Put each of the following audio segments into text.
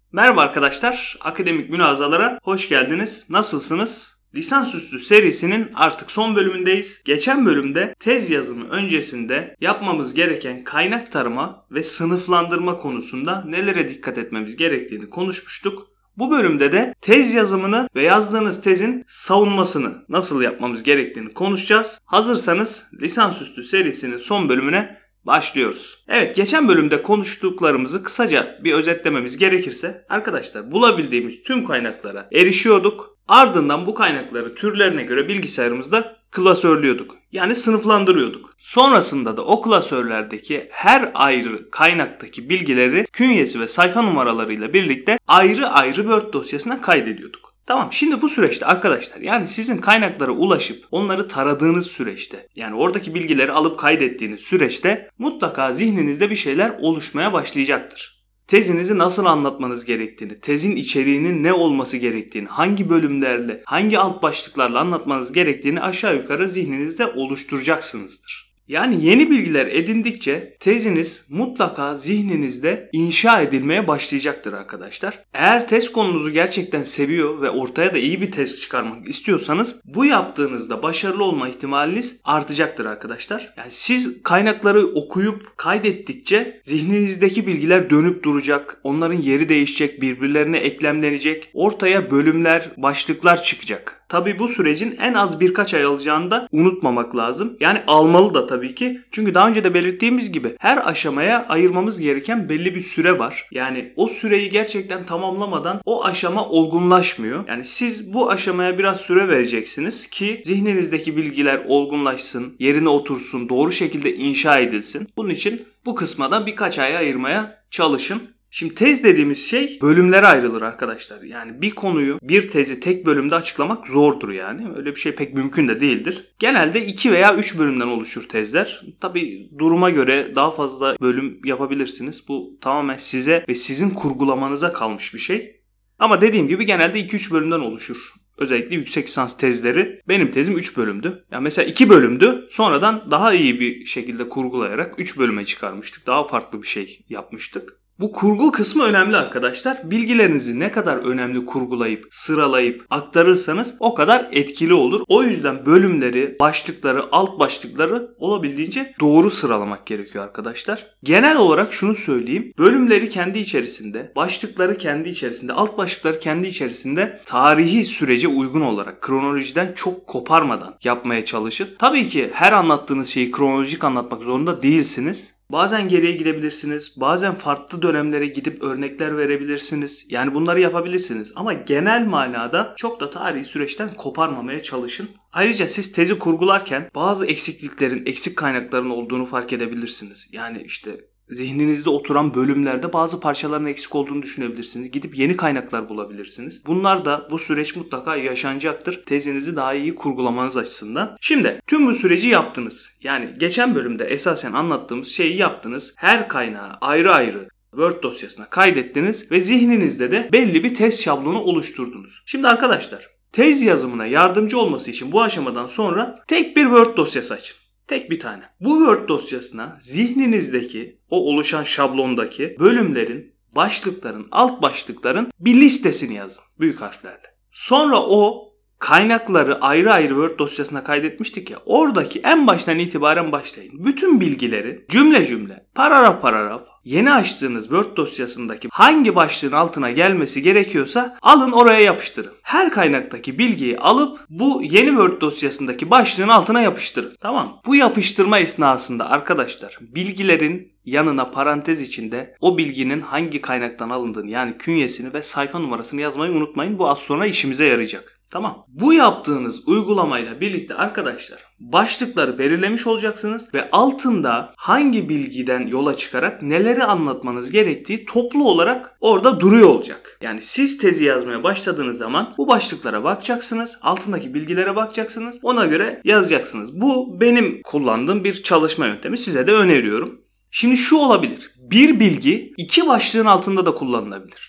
Merhaba arkadaşlar, akademik münazalara hoş geldiniz. Nasılsınız? Lisansüstü serisinin artık son bölümündeyiz. Geçen bölümde tez yazımı öncesinde yapmamız gereken kaynak tarama ve sınıflandırma konusunda nelere dikkat etmemiz gerektiğini konuşmuştuk. Bu bölümde de tez yazımını ve yazdığınız tezin savunmasını nasıl yapmamız gerektiğini konuşacağız. Hazırsanız lisansüstü serisinin son bölümüne başlıyoruz. Evet, geçen bölümde konuştuklarımızı kısaca bir özetlememiz gerekirse arkadaşlar bulabildiğimiz tüm kaynaklara erişiyorduk. Ardından bu kaynakları türlerine göre bilgisayarımızda klasörlüyorduk. Yani sınıflandırıyorduk. Sonrasında da o klasörlerdeki her ayrı kaynaktaki bilgileri künyesi ve sayfa numaralarıyla birlikte ayrı ayrı Word dosyasına kaydediyorduk. Tamam, şimdi bu süreçte arkadaşlar, yani sizin kaynaklara ulaşıp onları taradığınız süreçte, yani oradaki bilgileri alıp kaydettiğiniz süreçte mutlaka zihninizde bir şeyler oluşmaya başlayacaktır. Tezinizi nasıl anlatmanız gerektiğini, tezin içeriğinin ne olması gerektiğini, hangi bölümlerle, hangi alt başlıklarla anlatmanız gerektiğini aşağı yukarı zihninizde oluşturacaksınızdır. Yani yeni bilgiler edindikçe teziniz mutlaka zihninizde inşa edilmeye başlayacaktır arkadaşlar. Eğer tez konunuzu gerçekten seviyor ve ortaya da iyi bir tez çıkarmak istiyorsanız bu yaptığınızda başarılı olma ihtimaliniz artacaktır arkadaşlar. Yani siz kaynakları okuyup kaydettikçe zihninizdeki bilgiler dönüp duracak, onların yeri değişecek, birbirlerine eklemlenecek, ortaya bölümler, başlıklar çıkacak. Tabii bu sürecin en az birkaç ay alacağını da unutmamak lazım. Yani almalı da tabii ki. Çünkü daha önce de belirttiğimiz gibi her aşamaya ayırmamız gereken belli bir süre var. Yani o süreyi gerçekten tamamlamadan o aşama olgunlaşmıyor. Yani siz bu aşamaya biraz süre vereceksiniz ki zihninizdeki bilgiler olgunlaşsın, yerine otursun, doğru şekilde inşa edilsin. Bunun için bu kısma da birkaç ay ayırmaya çalışın. Şimdi tez dediğimiz şey bölümlere ayrılır arkadaşlar. Yani bir konuyu, bir tezi tek bölümde açıklamak zordur yani. Öyle bir şey pek mümkün de değildir. Genelde 2 veya 3 bölümden oluşur tezler. Tabii duruma göre daha fazla bölüm yapabilirsiniz. Bu tamamen size ve sizin kurgulamanıza kalmış bir şey. Ama dediğim gibi genelde 2-3 bölümden oluşur. Özellikle yüksek lisans tezleri. Benim tezim 3 bölümdü. Yani mesela 2 bölümdü. Sonradan daha iyi bir şekilde kurgulayarak 3 bölüme çıkarmıştık. Daha farklı bir şey yapmıştık. Bu kurgu kısmı önemli arkadaşlar. Bilgilerinizi ne kadar önemli kurgulayıp, sıralayıp aktarırsanız o kadar etkili olur. O yüzden bölümleri, başlıkları, alt başlıkları olabildiğince doğru sıralamak gerekiyor arkadaşlar. Genel olarak şunu söyleyeyim. Bölümleri kendi içerisinde, başlıkları kendi içerisinde, alt başlıkları kendi içerisinde tarihi sürece uygun olarak, kronolojiden çok koparmadan yapmaya çalışın. Tabii ki her anlattığınız şeyi kronolojik anlatmak zorunda değilsiniz. Bazen geriye gidebilirsiniz, bazen farklı dönemlere gidip örnekler verebilirsiniz. Yani bunları yapabilirsiniz ama genel manada çok da tarihi süreçten koparmamaya çalışın. Ayrıca siz tezi kurgularken bazı eksikliklerin, eksik kaynakların olduğunu fark edebilirsiniz. Yani işte zihninizde oturan bölümlerde bazı parçaların eksik olduğunu düşünebilirsiniz. Gidip yeni kaynaklar bulabilirsiniz. Bunlar da bu süreç mutlaka yaşanacaktır. Tezinizi daha iyi kurgulamanız açısından. Şimdi tüm bu süreci yaptınız. Yani geçen bölümde esasen anlattığımız şeyi yaptınız. Her kaynağı ayrı ayrı Word dosyasına kaydettiniz ve zihninizde de belli bir tez şablonu oluşturdunuz. Şimdi arkadaşlar, tez yazımına yardımcı olması için bu aşamadan sonra tek bir Word dosyası açın. Tek bir tane. Bu Word dosyasına zihninizdeki o oluşan şablondaki bölümlerin, başlıkların, alt başlıkların bir listesini yazın büyük harflerle. Sonra o kaynakları ayrı ayrı Word dosyasına kaydetmiştik ya, oradaki en baştan itibaren başlayın. Bütün bilgileri cümle cümle, paragraf paragraf yeni açtığınız Word dosyasındaki hangi başlığın altına gelmesi gerekiyorsa alın oraya yapıştırın. Her kaynaktaki bilgiyi alıp bu yeni Word dosyasındaki başlığın altına yapıştırın. Tamam. Bu yapıştırma esnasında arkadaşlar bilgilerin yanına parantez içinde o bilginin hangi kaynaktan alındığını, yani künyesini ve sayfa numarasını yazmayı unutmayın. Bu az sonra işimize yarayacak. Tamam. Bu yaptığınız uygulamayla birlikte arkadaşlar başlıkları belirlemiş olacaksınız ve altında hangi bilgiden yola çıkarak neleri anlatmanız gerektiği toplu olarak orada duruyor olacak. Yani siz tezi yazmaya başladığınız zaman bu başlıklara bakacaksınız, altındaki bilgilere bakacaksınız, ona göre yazacaksınız. Bu benim kullandığım bir çalışma yöntemi, size de öneriyorum. Şimdi şu olabilir. Bir bilgi iki başlığın altında da kullanılabilir.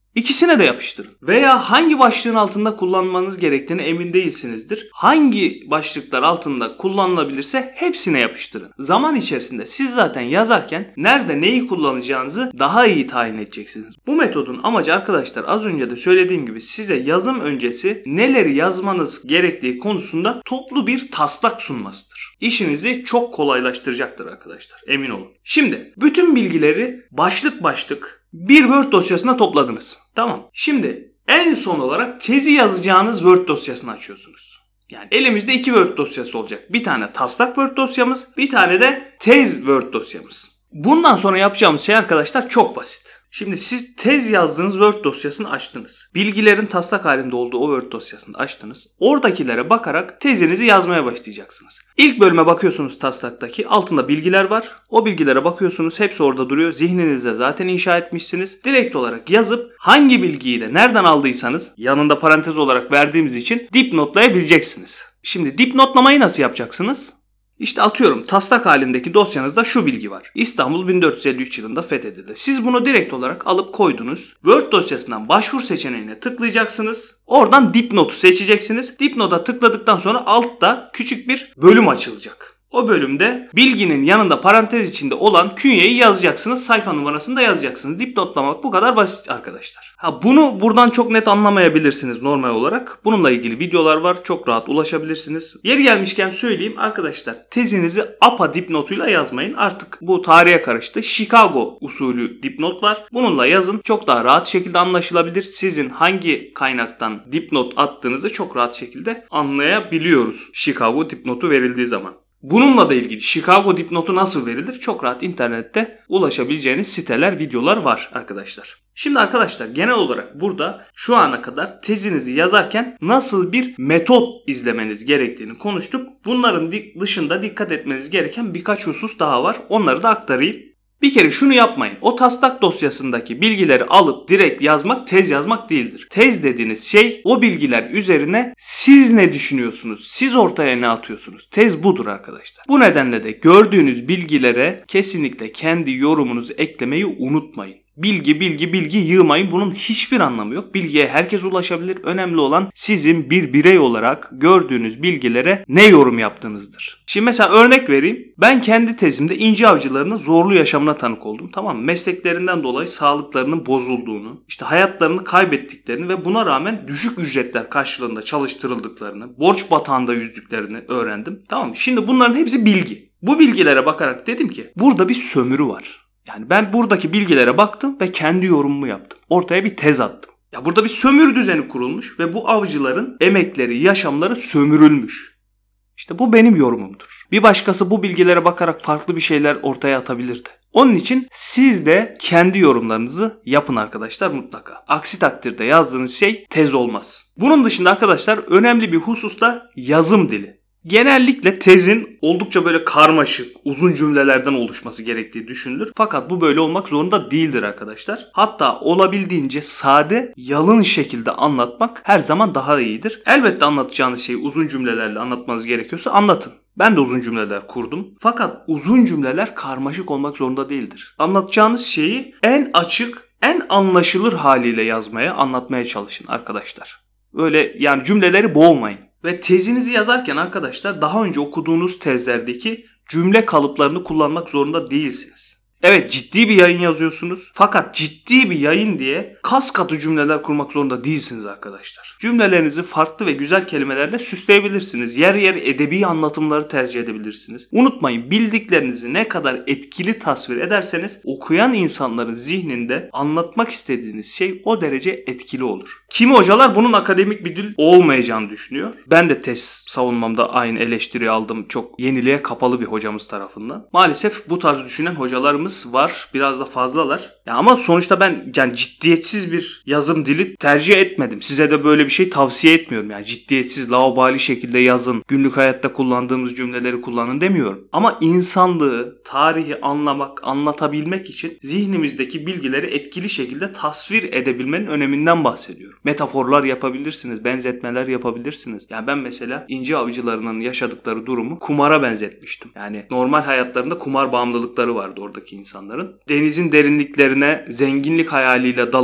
İkisine de yapıştırın. Veya hangi başlığın altında kullanmanız gerektiğine emin değilsinizdir. Hangi başlıklar altında kullanılabilirse hepsine yapıştırın. Zaman içerisinde siz zaten yazarken nerede neyi kullanacağınızı daha iyi tayin edeceksiniz. Bu metodun amacı arkadaşlar az önce de söylediğim gibi size yazım öncesi neleri yazmanız gerektiği konusunda toplu bir taslak sunmasıdır. İşinizi çok kolaylaştıracaktır arkadaşlar, emin olun. Şimdi bütün bilgileri başlık başlık bir Word dosyasına topladınız. Tamam. Şimdi en son olarak tezi yazacağınız Word dosyasını açıyorsunuz. Yani elimizde 2 Word dosyası olacak. Bir tane taslak Word dosyamız, bir tane de tez Word dosyamız. Bundan sonra yapacağımız şey arkadaşlar çok basit. Şimdi siz tez yazdığınız Word dosyasını açtınız. Bilgilerin taslak halinde olduğu o Word dosyasını açtınız. Oradakilere bakarak tezinizi yazmaya başlayacaksınız. İlk bölüme bakıyorsunuz taslaktaki. Altında bilgiler var. O bilgilere bakıyorsunuz. Hepsi orada duruyor. Zihninizde zaten inşa etmişsiniz. Direkt olarak yazıp hangi bilgiyi de nereden aldıysanız yanında parantez olarak verdiğimiz için dipnotlayabileceksiniz. Şimdi dipnotlamayı nasıl yapacaksınız? İşte atıyorum taslak halindeki dosyanızda şu bilgi var. İstanbul 1453 yılında fethedildi. Siz bunu direkt olarak alıp koydunuz. Word dosyasından başvur seçeneğine tıklayacaksınız. Oradan dipnotu seçeceksiniz. Dipnota tıkladıktan sonra altta küçük bir bölüm açılacak. O bölümde bilginin yanında parantez içinde olan künyeyi yazacaksınız. Sayfa numarasını da yazacaksınız. Dipnotlamak bu kadar basit arkadaşlar. Bunu buradan çok net anlamayabilirsiniz normal olarak. Bununla ilgili videolar var. Çok rahat ulaşabilirsiniz. Yeri gelmişken söyleyeyim arkadaşlar. Tezinizi APA dipnotuyla yazmayın. Artık bu tarihe karıştı. Chicago usulü dipnot var. Bununla yazın. Çok daha rahat şekilde anlaşılabilir. Sizin hangi kaynaktan dipnot attığınızı çok rahat şekilde anlayabiliyoruz. Chicago dipnotu verildiği zaman. Bununla da ilgili Chicago dipnotu nasıl verilir? Çok rahat internette ulaşabileceğiniz siteler, videolar var arkadaşlar. Şimdi arkadaşlar genel olarak burada şu ana kadar tezinizi yazarken nasıl bir metot izlemeniz gerektiğini konuştuk. Bunların dışında dikkat etmeniz gereken birkaç husus daha var. Onları da aktarayım. Bir kere şunu yapmayın. O taslak dosyasındaki bilgileri alıp direkt yazmak tez yazmak değildir. Tez dediğiniz şey o bilgiler üzerine siz ne düşünüyorsunuz? Siz ortaya ne atıyorsunuz? Tez budur arkadaşlar. Bu nedenle de gördüğünüz bilgilere kesinlikle kendi yorumunuzu eklemeyi unutmayın. Bilgi yığmayın. Bunun hiçbir anlamı yok. Bilgiye herkes ulaşabilir. Önemli olan sizin bir birey olarak gördüğünüz bilgilere ne yorum yaptığınızdır. Şimdi mesela örnek vereyim. Ben kendi tezimde inci avcılarının zorlu yaşamına tanık oldum. Tamam mı? Mesleklerinden dolayı sağlıklarının bozulduğunu, işte hayatlarını kaybettiklerini ve buna rağmen düşük ücretler karşılığında çalıştırıldıklarını, borç batağında yüzdüklerini öğrendim. Tamam mı? Şimdi bunların hepsi bilgi. Bu bilgilere bakarak dedim ki burada bir sömürü var. Yani ben buradaki bilgilere baktım ve kendi yorumumu yaptım. Ortaya bir tez attım. Ya burada bir sömürü düzeni kurulmuş ve bu avcıların emekleri, yaşamları sömürülmüş. İşte bu benim yorumumdur. Bir başkası bu bilgilere bakarak farklı bir şeyler ortaya atabilirdi. Onun için siz de kendi yorumlarınızı yapın arkadaşlar mutlaka. Aksi takdirde yazdığınız şey tez olmaz. Bunun dışında arkadaşlar önemli bir husus da yazım dili. Genellikle tezin oldukça böyle karmaşık, uzun cümlelerden oluşması gerektiği düşünülür. Fakat bu böyle olmak zorunda değildir arkadaşlar. Hatta olabildiğince sade, yalın şekilde anlatmak her zaman daha iyidir. Elbette anlatacağınız şeyi uzun cümlelerle anlatmanız gerekiyorsa anlatın. Ben de uzun cümleler kurdum. Fakat uzun cümleler karmaşık olmak zorunda değildir. Anlatacağınız şeyi en açık, en anlaşılır haliyle yazmaya, anlatmaya çalışın arkadaşlar. Öyle yani cümleleri boğmayın. Ve tezinizi yazarken arkadaşlar daha önce okuduğunuz tezlerdeki cümle kalıplarını kullanmak zorunda değilsiniz. Evet ciddi bir yayın yazıyorsunuz fakat ciddi bir yayın diye kas katı cümleler kurmak zorunda değilsiniz arkadaşlar. Cümlelerinizi farklı ve güzel kelimelerle süsleyebilirsiniz. Yer yer edebi anlatımları tercih edebilirsiniz. Unutmayın bildiklerinizi ne kadar etkili tasvir ederseniz okuyan insanların zihninde anlatmak istediğiniz şey o derece etkili olur. Kimi hocalar bunun akademik bir dil olmayacağını düşünüyor. Ben de tez savunmamda aynı eleştiri aldım. Çok yeniliğe kapalı bir hocamız tarafından. Maalesef bu tarz düşünen hocalarımız var. Biraz da fazlalar. Ya ama sonuçta ben yani ciddiyetsiz bir yazım dili tercih etmedim. Size de böyle bir şey tavsiye etmiyorum. Yani ciddiyetsiz, laubali şekilde yazın. Günlük hayatta kullandığımız cümleleri kullanın demiyorum. Ama insanlığı, tarihi anlamak, anlatabilmek için zihnimizdeki bilgileri etkili şekilde tasvir edebilmenin öneminden bahsediyorum. Metaforlar yapabilirsiniz, benzetmeler yapabilirsiniz. Yani ben mesela inci avcılarının yaşadıkları durumu kumara benzetmiştim. Yani normal hayatlarında kumar bağımlılıkları vardı oradaki insanların. Denizin derinliklerine zenginlik hayaliyle dalıp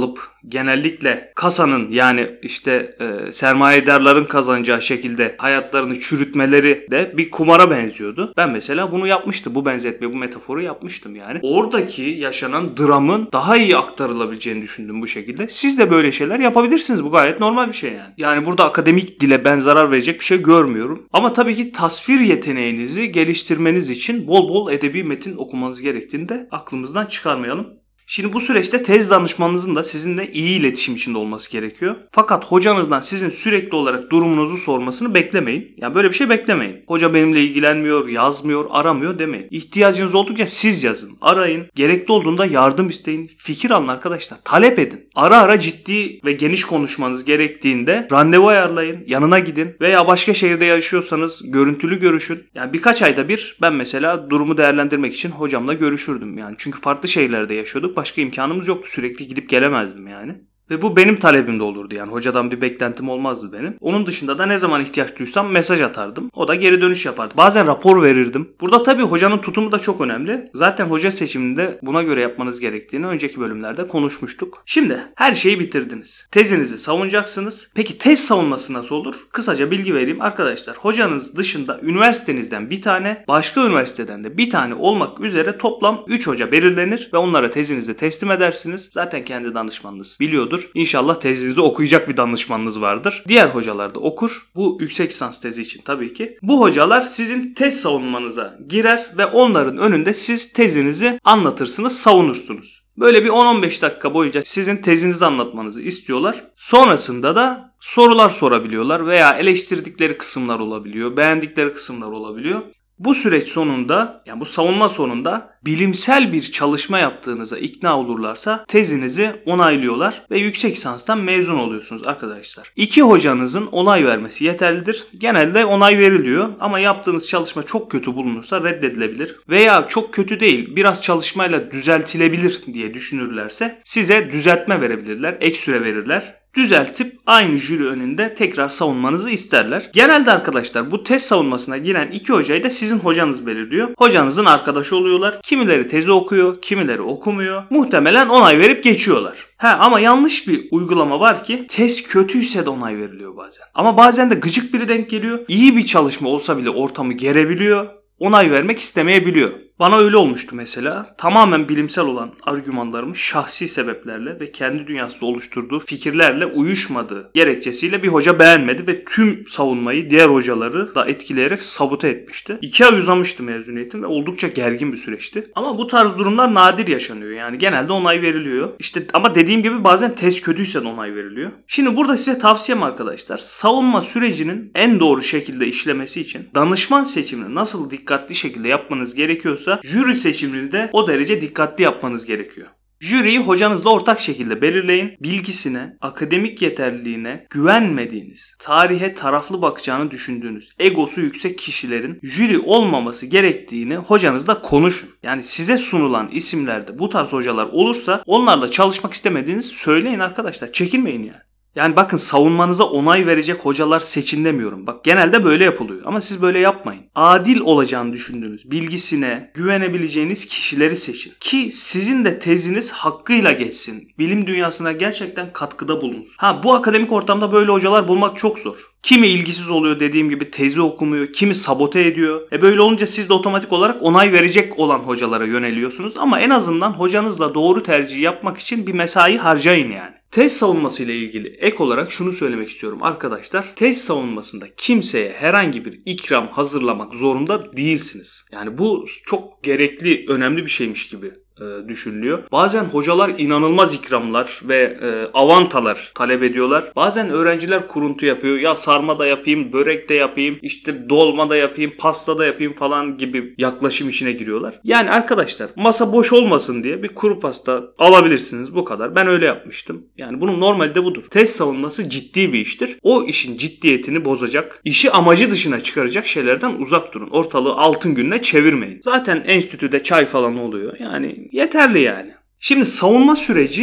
genellikle kasanın yani sermayedarların kazanacağı şekilde hayatlarını çürütmeleri de bir kumara benziyordu. Ben mesela bunu yapmıştım. Bu benzetme, bu metaforu yapmıştım yani. Oradaki yaşanan dramın daha iyi aktarılabileceğini düşündüm bu şekilde. Siz de böyle şeyler yapabilirsiniz. Bu gayet normal bir şey yani. Yani burada akademik dile ben zarar verecek bir şey görmüyorum. Ama tabii ki tasvir yeteneğinizi geliştirmeniz için bol bol edebi metin okumanız gerektiğini de aklımızdan çıkarmayalım. Şimdi bu süreçte tez danışmanınızın da sizinle iyi iletişim içinde olması gerekiyor. Fakat hocanızdan sizin sürekli olarak durumunuzu sormasını beklemeyin. Yani böyle bir şey beklemeyin. Hoca benimle ilgilenmiyor, yazmıyor, aramıyor demeyin. İhtiyacınız oldukça siz yazın, arayın. Gerekli olduğunda yardım isteyin, fikir alın arkadaşlar. Talep edin. Ara ara ciddi ve geniş konuşmanız gerektiğinde randevu ayarlayın, yanına gidin veya başka şehirde yaşıyorsanız görüntülü görüşün. Yani birkaç ayda bir ben mesela durumu değerlendirmek için hocamla görüşürdüm yani. Çünkü farklı şehirlerde yaşıyorduk. Başka imkanımız yoktu. Sürekli gidip gelemezdim yani. Ve bu benim talebim de olurdu yani. Hocadan bir beklentim olmazdı benim. Onun dışında da ne zaman ihtiyaç duysam mesaj atardım. O da geri dönüş yapardı. Bazen rapor verirdim. Burada tabii hocanın tutumu da çok önemli. Zaten hoca seçiminde buna göre yapmanız gerektiğini önceki bölümlerde konuşmuştuk. Şimdi her şeyi bitirdiniz. Tezinizi savunacaksınız. Peki tez savunması nasıl olur? Kısaca bilgi vereyim arkadaşlar. Hocanız dışında üniversitenizden bir tane, başka üniversiteden de bir tane olmak üzere toplam 3 hoca belirlenir ve onlara tezinizi teslim edersiniz. Zaten kendi danışmanınız biliyordur. İnşallah tezinizi okuyacak bir danışmanınız vardır. Diğer hocalar da okur. Bu yüksek lisans tezi için tabii ki. Bu hocalar sizin tez savunmanıza girer ve onların önünde siz tezinizi anlatırsınız, savunursunuz. Böyle bir 10-15 dakika boyunca sizin tezinizi anlatmanızı istiyorlar. Sonrasında da sorular sorabiliyorlar veya eleştirdikleri kısımlar olabiliyor, beğendikleri kısımlar olabiliyor. Bu süreç sonunda, yani bu savunma sonunda bilimsel bir çalışma yaptığınıza ikna olurlarsa tezinizi onaylıyorlar ve yüksek lisanstan mezun oluyorsunuz arkadaşlar. 2 hocanızın onay vermesi yeterlidir. Genelde onay veriliyor ama yaptığınız çalışma çok kötü bulunursa reddedilebilir. Veya çok kötü değil, biraz çalışmayla düzeltilebilir diye düşünürlerse size düzeltme verebilirler, ek süre verirler. Düzeltip aynı jüri önünde tekrar savunmanızı isterler. Genelde arkadaşlar bu tez savunmasına giren 2 hocayı da sizin hocanız belirliyor. Hocanızın arkadaşı oluyorlar. Kimileri tezi okuyor, kimileri okumuyor. Muhtemelen onay verip geçiyorlar. Ama yanlış bir uygulama var ki tez kötüyse de onay veriliyor bazen. Ama bazen de gıcık biri denk geliyor. İyi bir çalışma olsa bile ortamı gerebiliyor. Onay vermek istemeyebiliyor. Bana öyle olmuştu mesela. Tamamen bilimsel olan argümanlarımın şahsi sebeplerle ve kendi dünyasında oluşturduğu fikirlerle uyuşmadığı gerekçesiyle bir hoca beğenmedi ve tüm savunmayı diğer hocaları da etkileyerek sabote etmişti. 2 ay uzamıştı mezuniyetim ve oldukça gergin bir süreçti. Ama bu tarz durumlar nadir yaşanıyor. Yani genelde onay veriliyor. Ama dediğim gibi bazen tez kötüyse de onay veriliyor. Şimdi burada size tavsiyem arkadaşlar. Savunma sürecinin en doğru şekilde işlemesi için danışman seçimini nasıl dikkatli şekilde yapmanız gerekiyorsa jüri seçimini de o derece dikkatli yapmanız gerekiyor. Jüriyi hocanızla ortak şekilde belirleyin. Bilgisine, akademik yeterliliğine güvenmediğiniz, tarihe taraflı bakacağını düşündüğünüz, egosu yüksek kişilerin jüri olmaması gerektiğini hocanızla konuşun. Yani size sunulan isimlerde bu tarz hocalar olursa onlarla çalışmak istemediğinizi söyleyin arkadaşlar. Çekinmeyin yani. Yani bakın savunmanıza onay verecek hocalar seçin demiyorum. Bak genelde böyle yapılıyor ama siz böyle yapmayın. Adil olacağını düşündüğünüz, bilgisine güvenebileceğiniz kişileri seçin. Ki sizin de teziniz hakkıyla geçsin. Bilim dünyasına gerçekten katkıda bulunsun. Bu akademik ortamda böyle hocalar bulmak çok zor. Kimi ilgisiz oluyor dediğim gibi tezi okumuyor, kimi sabote ediyor. Böyle olunca siz de otomatik olarak onay verecek olan hocalara yöneliyorsunuz. Ama en azından hocanızla doğru tercih yapmak için bir mesai harcayın yani. Tez savunması ile ilgili ek olarak şunu söylemek istiyorum arkadaşlar. Tez savunmasında kimseye herhangi bir ikram hazırlamak zorunda değilsiniz. Yani bu çok gerekli, önemli bir şeymiş gibi düşünülüyor. Bazen hocalar inanılmaz ikramlar ve avantalar talep ediyorlar. Bazen öğrenciler kuruntu yapıyor. Ya sarma da yapayım, börek de yapayım, dolma da yapayım, pasta da yapayım falan gibi yaklaşım işine giriyorlar. Yani arkadaşlar masa boş olmasın diye bir kuru pasta alabilirsiniz, bu kadar. Ben öyle yapmıştım. Yani bunun normali de budur. Tez savunması ciddi bir iştir. O işin ciddiyetini bozacak, işi amacı dışına çıkaracak şeylerden uzak durun. Ortalığı altın gününe çevirmeyin. Zaten enstitüde çay falan oluyor. Yani yeterli yani. Şimdi savunma süreci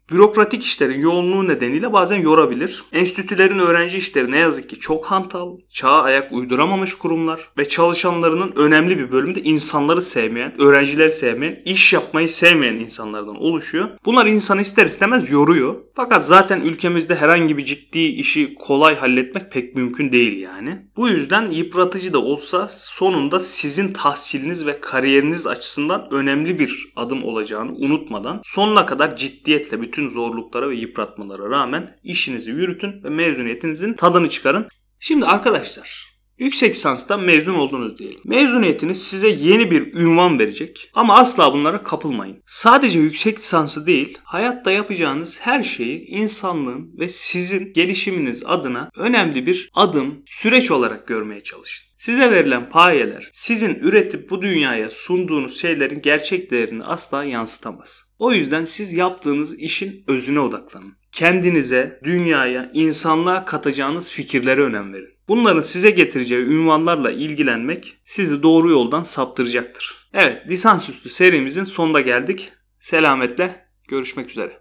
bürokratik işlerin yoğunluğu nedeniyle bazen yorabilir. Enstitülerin öğrenci işleri ne yazık ki çok hantal, çağa ayak uyduramamış kurumlar ve çalışanlarının önemli bir bölümü de insanları sevmeyen, öğrencileri sevmeyen, iş yapmayı sevmeyen insanlardan oluşuyor. Bunlar insanı ister istemez yoruyor. Fakat zaten ülkemizde herhangi bir ciddi işi kolay halletmek pek mümkün değil yani. Bu yüzden yıpratıcı da olsa sonunda sizin tahsiliniz ve kariyeriniz açısından önemli bir adım olacağını unutmadan sonuna kadar ciddiyetle bütün zorluklara ve yıpratmalara rağmen işinizi yürütün ve mezuniyetinizin tadını çıkarın. Şimdi arkadaşlar, yüksek lisanstan mezun oldunuz diyelim. Mezuniyetiniz size yeni bir ünvan verecek ama asla bunlara kapılmayın. Sadece yüksek lisansı değil, hayatta yapacağınız her şeyi insanlığın ve sizin gelişiminiz adına önemli bir adım, süreç olarak görmeye çalışın. Size verilen payeler, sizin üretip bu dünyaya sunduğunuz şeylerin gerçek değerini asla yansıtamaz. O yüzden siz yaptığınız işin özüne odaklanın. Kendinize, dünyaya, insanlığa katacağınız fikirlere önem verin. Bunların size getireceği ünvanlarla ilgilenmek sizi doğru yoldan saptıracaktır. Evet, lisansüstü serimizin sonuna geldik. Selametle görüşmek üzere.